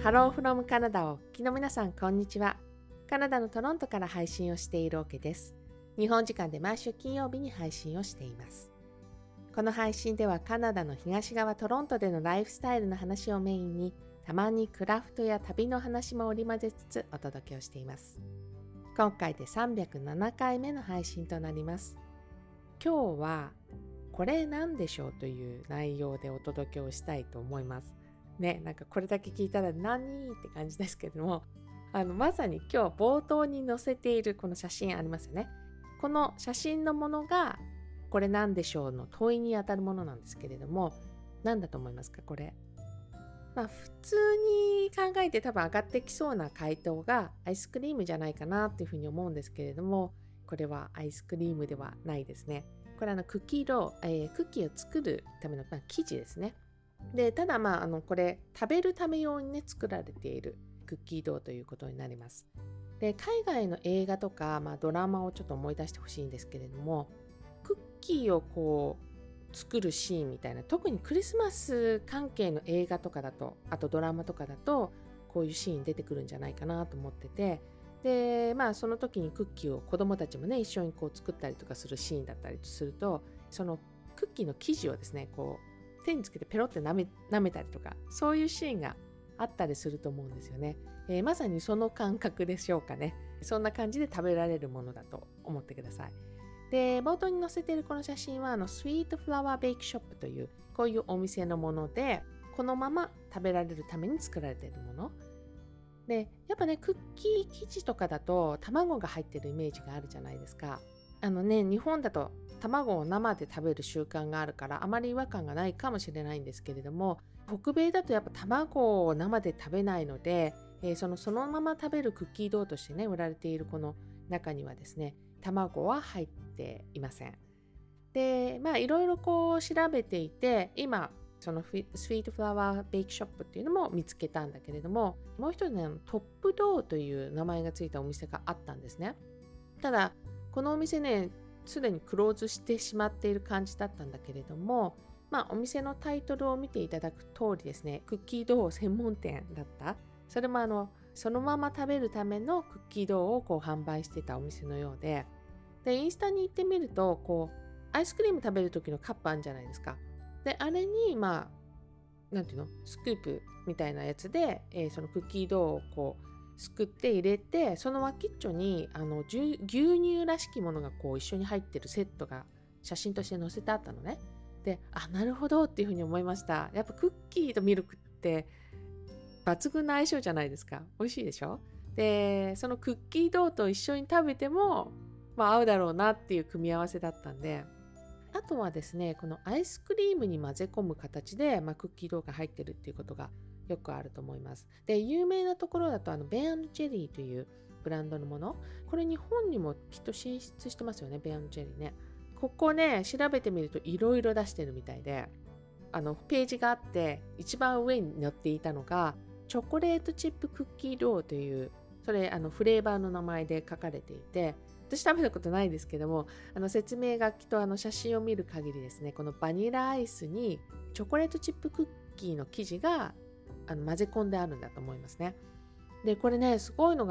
ハローフロムカナダをお聞きの皆さん、こんにちは。カナダのトロントから配信をしているオケです。日本時間で毎週金曜日に配信をしています。この配信ではカナダの東側トロントでのライフスタイルの話をメインに、たまにクラフトや旅の話も織り交ぜつつお届けをしています。今回で307回目の配信となります。今日はこれなんでしょうという内容でお届けをしたいと思います。ね、なんかこれだけ聞いたら何って感じですけれども、まさに今日冒頭に載せているこの写真ありますよね。この写真のものがこれなんでしょうの問いにあたるものなんですけれども、何だと思いますかこれ。普通に考えて多分上がってきそうな回答がアイスクリームじゃないかなっていうふうに思うんですけれども、これはアイスクリームではないですね。これクッキードー、クッキーを作るための、生地ですね。でただこれ食べるため用にね作られているクッキードーということになります。で海外の映画とか、ドラマをちょっと思い出してほしいんですけれども、クッキーをこう作るシーンみたいな、特にクリスマス関係の映画とかだと、あとドラマとかだとこういうシーン出てくるんじゃないかなと思ってて、でその時にクッキーを子どもたちもね一緒にこう作ったりとかするシーンだったりすると、そのクッキーの生地をですねこう手につけてペロって舐めたりとか、そういうシーンがあったりすると思うんですよね。まさにその感覚でしょうかね。そんな感じで食べられるものだと思ってください。で冒頭に載せているこの写真はスイートフラワーベイクショップというこういうお店のもので、このまま食べられるために作られているもので、やっぱねクッキー生地とかだと卵が入ってるイメージがあるじゃないですか。日本だと卵を生で食べる習慣があるからあまり違和感がないかもしれないんですけれども、北米だとやっぱ卵を生で食べないので、そのまま食べるクッキードーとしてね売られているこの中にはですね卵は入っていません。でいろいろこう調べていて、今そのスイートフラワーベイクショップっていうのも見つけたんだけれども、もう一つねトップドーという名前がついたお店があったんですね。ただこのお店ねすでにクローズしてしまっている感じだったんだけれども、お店のタイトルを見ていただく通りですね、クッキードー専門店だった。それもそのまま食べるためのクッキードーをこう販売してたお店のようで、インスタに行ってみるとこうアイスクリーム食べる時のカップあるじゃないですか。であれになんていうのスクープみたいなやつで、そのクッキードーをこうすくって入れて、その脇っちょに牛乳らしきものがこう一緒に入ってるセットが写真として載せてあったのね。でなるほどっていうふうに思いました。やっぱクッキーとミルクって抜群の相性じゃないですか。美味しいでしょ。でそのクッキードーと一緒に食べても合うだろうなっていう組み合わせだったんで、あとはですねこのアイスクリームに混ぜ込む形で、クッキードーが入ってるっていうことがよくあると思います。で有名なところだとベン&ジェリーというブランドのもの、これ日本にもきっと進出してますよね。ベン&ジェリーね、ここね調べてみるといろいろ出してるみたいで、ページがあって一番上に載っていたのがチョコレートチップクッキードーという、それフレーバーの名前で書かれていて、私食べたことないですけども、説明書きと写真を見る限りですね、このバニラアイスにチョコレートチップクッキーの生地が混ぜ込んであるんだと思いますね。でこれねすごいのが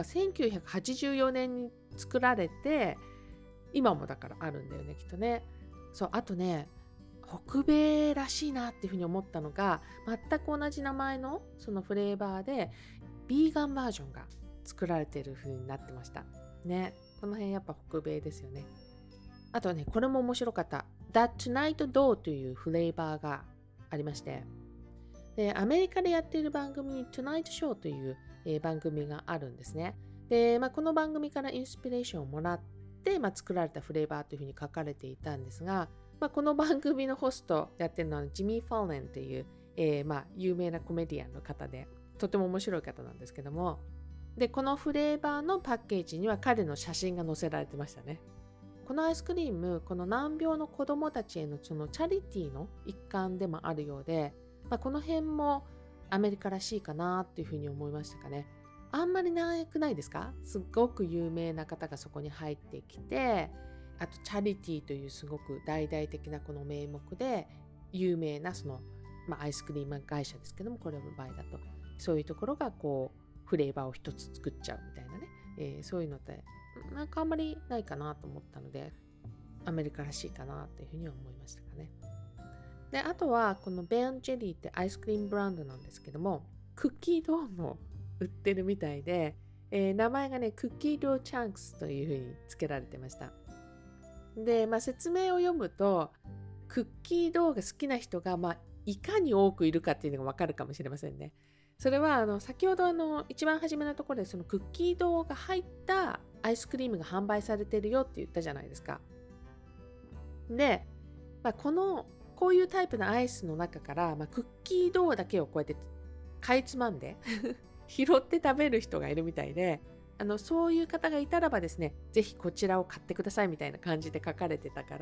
1984年に作られて、今もだからあるんだよねきっとね。そう、あとね北米らしいなっていうふうに思ったのが、全く同じ名前のそのフレーバーでビーガンバージョンが作られている風になってましたね。この辺やっぱ北米ですよね。あとねこれも面白かった That Tonight Dough というフレーバーがありまして、でアメリカでやっている番組に Tonight Show という、番組があるんですね。で、この番組からインスピレーションをもらって、作られたフレーバーというふうに書かれていたんですが、この番組のホストやってるのはジミー・ファーレンという、有名なコメディアンの方で、とても面白い方なんですけども、でこのフレーバーのパッケージには彼の写真が載せられてましたね。このアイスクリーム、この難病の子どもたちへのそのチャリティーの一環でもあるようで、この辺もアメリカらしいかなっていうふうに思いましたかね。あんまりなくないですか？すっごく有名な方がそこに入ってきて、あとチャリティーというすごく大々的なこの名目で有名なアイスクリーム会社ですけども、これの場合だとそういうところがこうフレーバーを一つ作っちゃうみたいなね、そういうのってなんかあんまりないかなと思ったので、アメリカらしいかなというふうには思いましたかね。で、あとはこのベンジェリーってアイスクリームブランドなんですけども、クッキードーも売ってるみたいで、名前がね、クッキードーチャンクスというふうに付けられてました。で、説明を読むと、クッキードーが好きな人が、いかに多くいるかっていうのがわかるかもしれませんね。それは先ほど一番初めのところでそのクッキードーが入ったアイスクリームが販売されてるよって言ったじゃないですか。で、こういうタイプのアイスの中から、クッキードーだけをこうやってかいつまんで拾って食べる人がいるみたいで、そういう方がいたらばですね、ぜひこちらを買ってくださいみたいな感じで書かれてたから、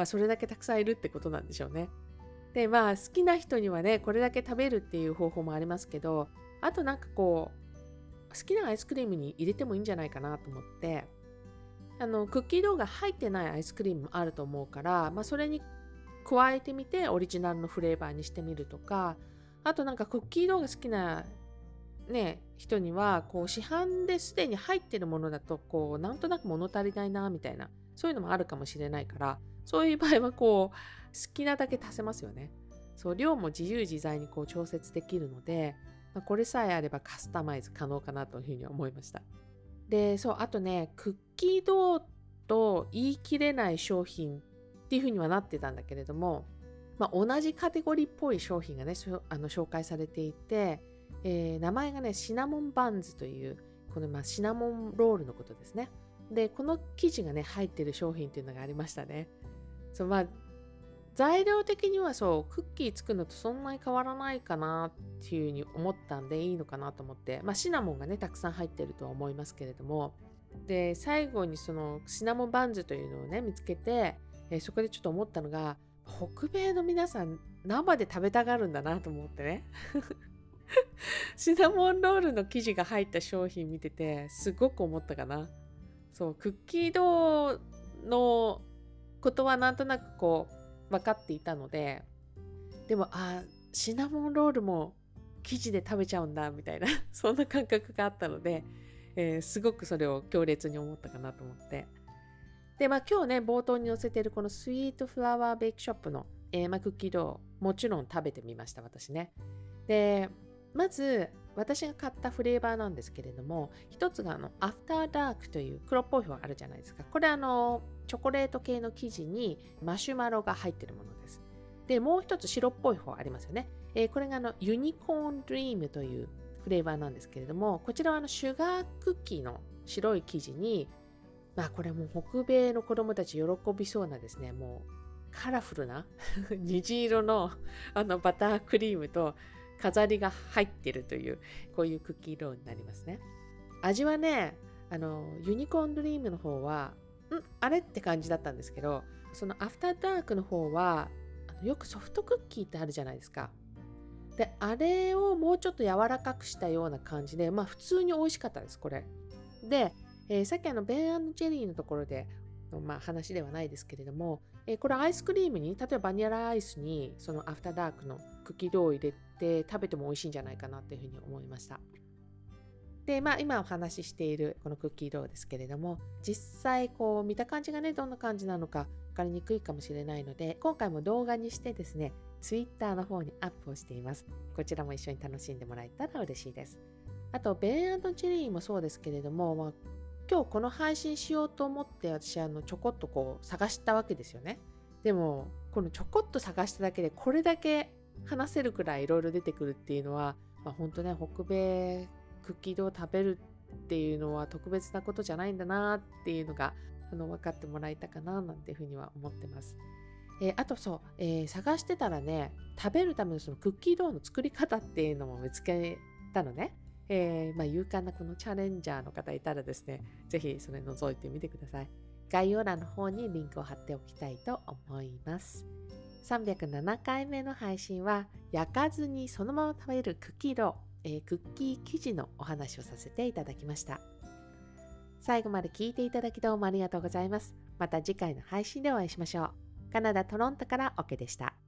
それだけたくさんいるってことなんでしょうね。で、好きな人にはね、これだけ食べるっていう方法もありますけど、あとなんかこう、好きなアイスクリームに入れてもいいんじゃないかなと思って、クッキードーが入ってないアイスクリームもあると思うから、それに加えてみてオリジナルのフレーバーにしてみるとか、あとなんかクッキードーが好きなね、人にはこう市販ですでに入ってるものだとこうなんとなく物足りないなみたいな、そういうのもあるかもしれないから、そういう場合はこう好きなだけ足せますよね。そう量も自由自在にこう調節できるので、これさえあればカスタマイズ可能かなというふうに思いました。で、そう、あとね、クッキードーと言い切れない商品っていうふうにはなってたんだけれども、同じカテゴリーっぽい商品がね、紹介されていて、名前がね、シナモンバンズという、このシナモンロールのことですね。で、この生地がね、入ってる商品っていうのがありましたね。そう、材料的にはそう、クッキー作るのとそんなに変わらないかなっていうふうに思ったんでいいのかなと思って、シナモンがね、たくさん入ってるとは思いますけれども、で、最後にそのシナモンバンズというのをね、見つけて、そこでちょっと思ったのが、北米の皆さん生で食べたがるんだなと思ってね。シナモンロールの生地が入った商品見ててすごく思ったかな。そう、クッキードーのことはなんとなくこう分かっていたので、でもシナモンロールも生地で食べちゃうんだみたいなそんな感覚があったので、すごくそれを強烈に思ったかなと思って。で、今日ね、冒頭に載せているこのスイートフラワーベイクショップの、クッキードー、もちろん食べてみました、私ね。で、まず、私が買ったフレーバーなんですけれども、一つがアフターダークという黒っぽい方があるじゃないですか。これチョコレート系の生地にマシュマロが入っているものです。で、もう一つ白っぽい方ありますよね。これがユニコーンドリームというフレーバーなんですけれども、こちらはシュガークッキーの白い生地に、これもう北米の子供たち喜びそうなですね、もうカラフルな虹色のバタークリームと飾りが入ってるという、こういうクッキーローになりますね。味はね、ユニコーンドリームの方は、あれって感じだったんですけど、そのアフターダークの方は、よくソフトクッキーってあるじゃないですか。で、あれをもうちょっと柔らかくしたような感じで、普通に美味しかったです、これ。で、さっきベン&ジェリーのところでの、話ではないですけれども、これアイスクリームに、例えばバニラアイスにそのアフターダークのクッキードーを入れて食べても美味しいんじゃないかなというふうに思いました。で、今お話ししているこのクッキードーですけれども、実際こう見た感じがね、どんな感じなのか分かりにくいかもしれないので、今回も動画にしてですね、Twitter の方にアップをしています。こちらも一緒に楽しんでもらえたら嬉しいです。あと、ベン&ジェリーもそうですけれども、今日この配信しようと思って私ちょこっとこう探したわけですよね。でもこのちょこっと探しただけでこれだけ話せるくらいいろいろ出てくるっていうのは、本当ね、北米クッキードーを食べるっていうのは特別なことじゃないんだなっていうのが分かってもらえたかななんていうふうには思ってます。あとそう、探してたらね、食べるためのそのクッキードーの作り方っていうのも見つけたのね。勇敢なこのチャレンジャーの方いたらですね、ぜひそれ覗いてみてください。概要欄の方にリンクを貼っておきたいと思います。307回目の配信は焼かずにそのまま食べるクッキードー、クッキー生地のお話をさせていただきました。最後まで聞いていただきどうもありがとうございます。また次回の配信でお会いしましょう。カナダ・トロントからオケでした。